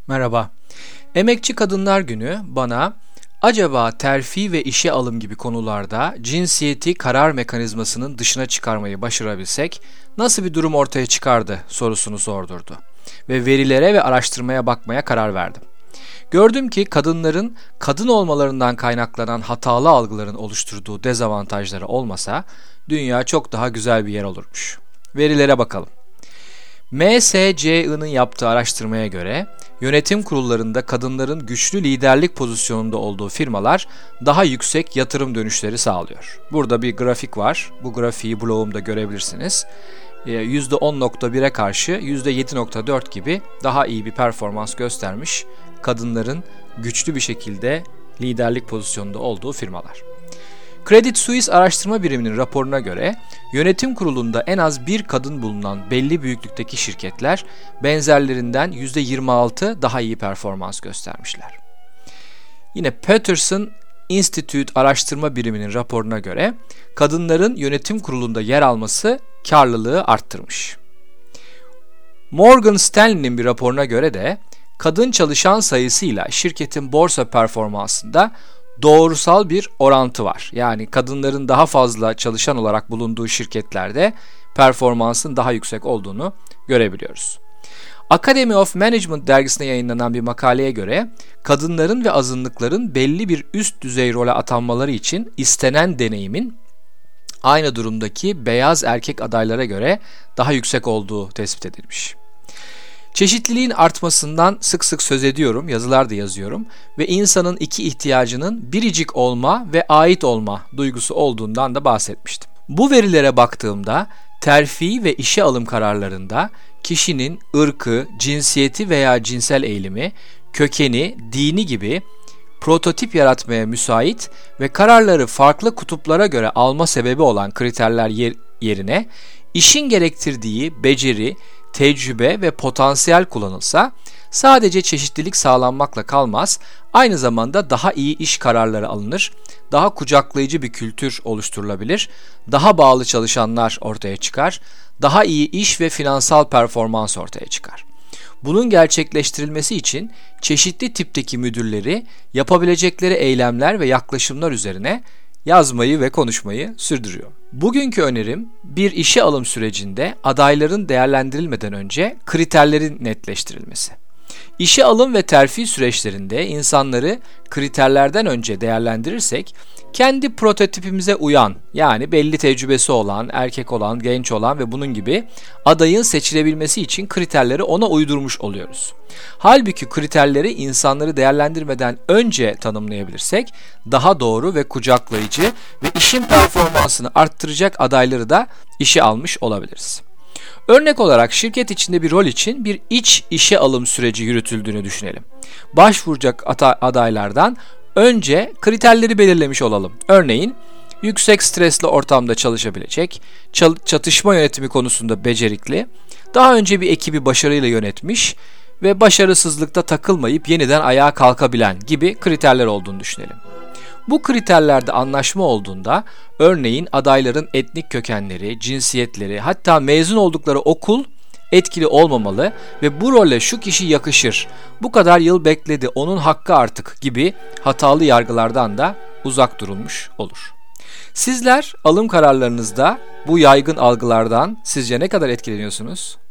Merhaba. Emekçi Kadınlar Günü bana acaba terfi ve işe alım gibi konularda cinsiyeti karar mekanizmasının dışına çıkarmayı başarabilsek nasıl bir durum ortaya çıkardı sorusunu sordurdu. Ve verilere ve araştırmaya bakmaya karar verdim. Gördüm ki kadınların kadın olmalarından kaynaklanan hatalı algıların oluşturduğu dezavantajları olmasa dünya çok daha güzel bir yer olurmuş. Verilere bakalım. MSCI'nin yaptığı araştırmaya göre yönetim kurullarında kadınların güçlü liderlik pozisyonunda olduğu firmalar daha yüksek yatırım dönüşleri sağlıyor. Burada bir grafik var. Bu grafiği blogumda görebilirsiniz. %10.1'e karşı %7.4 gibi daha iyi bir performans göstermiş kadınların güçlü bir şekilde liderlik pozisyonunda olduğu firmalar. Credit Suisse araştırma biriminin raporuna göre yönetim kurulunda en az bir kadın bulunan belli büyüklükteki şirketler benzerlerinden %26 daha iyi performans göstermişler. Yine Peterson Institute araştırma biriminin raporuna göre kadınların yönetim kurulunda yer alması karlılığı arttırmış. Morgan Stanley'nin bir raporuna göre de kadın çalışan sayısıyla şirketin borsa performansında doğrusal bir orantı var. Yani kadınların daha fazla çalışan olarak bulunduğu şirketlerde performansın daha yüksek olduğunu görebiliyoruz. Academy of Management dergisine yayınlanan bir makaleye göre kadınların ve azınlıkların belli bir üst düzey role atanmaları için istenen deneyimin aynı durumdaki beyaz erkek adaylara göre daha yüksek olduğu tespit edilmiş. Çeşitliliğin artmasından sık sık söz ediyorum, yazılar da yazıyorum ve insanın iki ihtiyacının biricik olma ve ait olma duygusu olduğundan da bahsetmiştim. Bu verilere baktığımda terfi ve işe alım kararlarında kişinin ırkı, cinsiyeti veya cinsel eğilimi, kökeni, dini gibi prototip yaratmaya müsait ve kararları farklı kutuplara göre alma sebebi olan kriterler yerine işin gerektirdiği beceri, tecrübe ve potansiyel kullanılsa sadece çeşitlilik sağlanmakla kalmaz, aynı zamanda daha iyi iş kararları alınır, daha kucaklayıcı bir kültür oluşturulabilir, daha bağlı çalışanlar ortaya çıkar, daha iyi iş ve finansal performans ortaya çıkar. Bunun gerçekleştirilmesi için çeşitli tipteki müdürleri yapabilecekleri eylemler ve yaklaşımlar üzerine yazmayı ve konuşmayı sürdürüyor. Bugünkü önerim bir işe alım sürecinde adayların değerlendirilmeden önce kriterlerin netleştirilmesi. İşe alım ve terfi süreçlerinde insanları kriterlerden önce değerlendirirsek kendi prototipimize uyan, yani belli tecrübesi olan, erkek olan, genç olan ve bunun gibi adayın seçilebilmesi için kriterleri ona uydurmuş oluyoruz. Halbuki kriterleri insanları değerlendirmeden önce tanımlayabilirsek daha doğru ve kucaklayıcı ve işin performansını arttıracak adayları da işe almış olabiliriz. Örnek olarak şirket içinde bir rol için bir iç işe alım süreci yürütüldüğünü düşünelim. Başvuracak adaylardan önce kriterleri belirlemiş olalım. Örneğin yüksek stresli ortamda çalışabilecek, çatışma yönetimi konusunda becerikli, daha önce bir ekibi başarıyla yönetmiş ve başarısızlıkta takılmayıp yeniden ayağa kalkabilen gibi kriterler olduğunu düşünelim. Bu kriterlerde anlaşma olduğunda örneğin adayların etnik kökenleri, cinsiyetleri, hatta mezun oldukları okul etkili olmamalı ve bu role şu kişi yakışır, bu kadar yıl bekledi, onun hakkı artık gibi hatalı yargılardan da uzak durulmuş olur. Sizler alım kararlarınızda bu yaygın algılardan sizce ne kadar etkileniyorsunuz?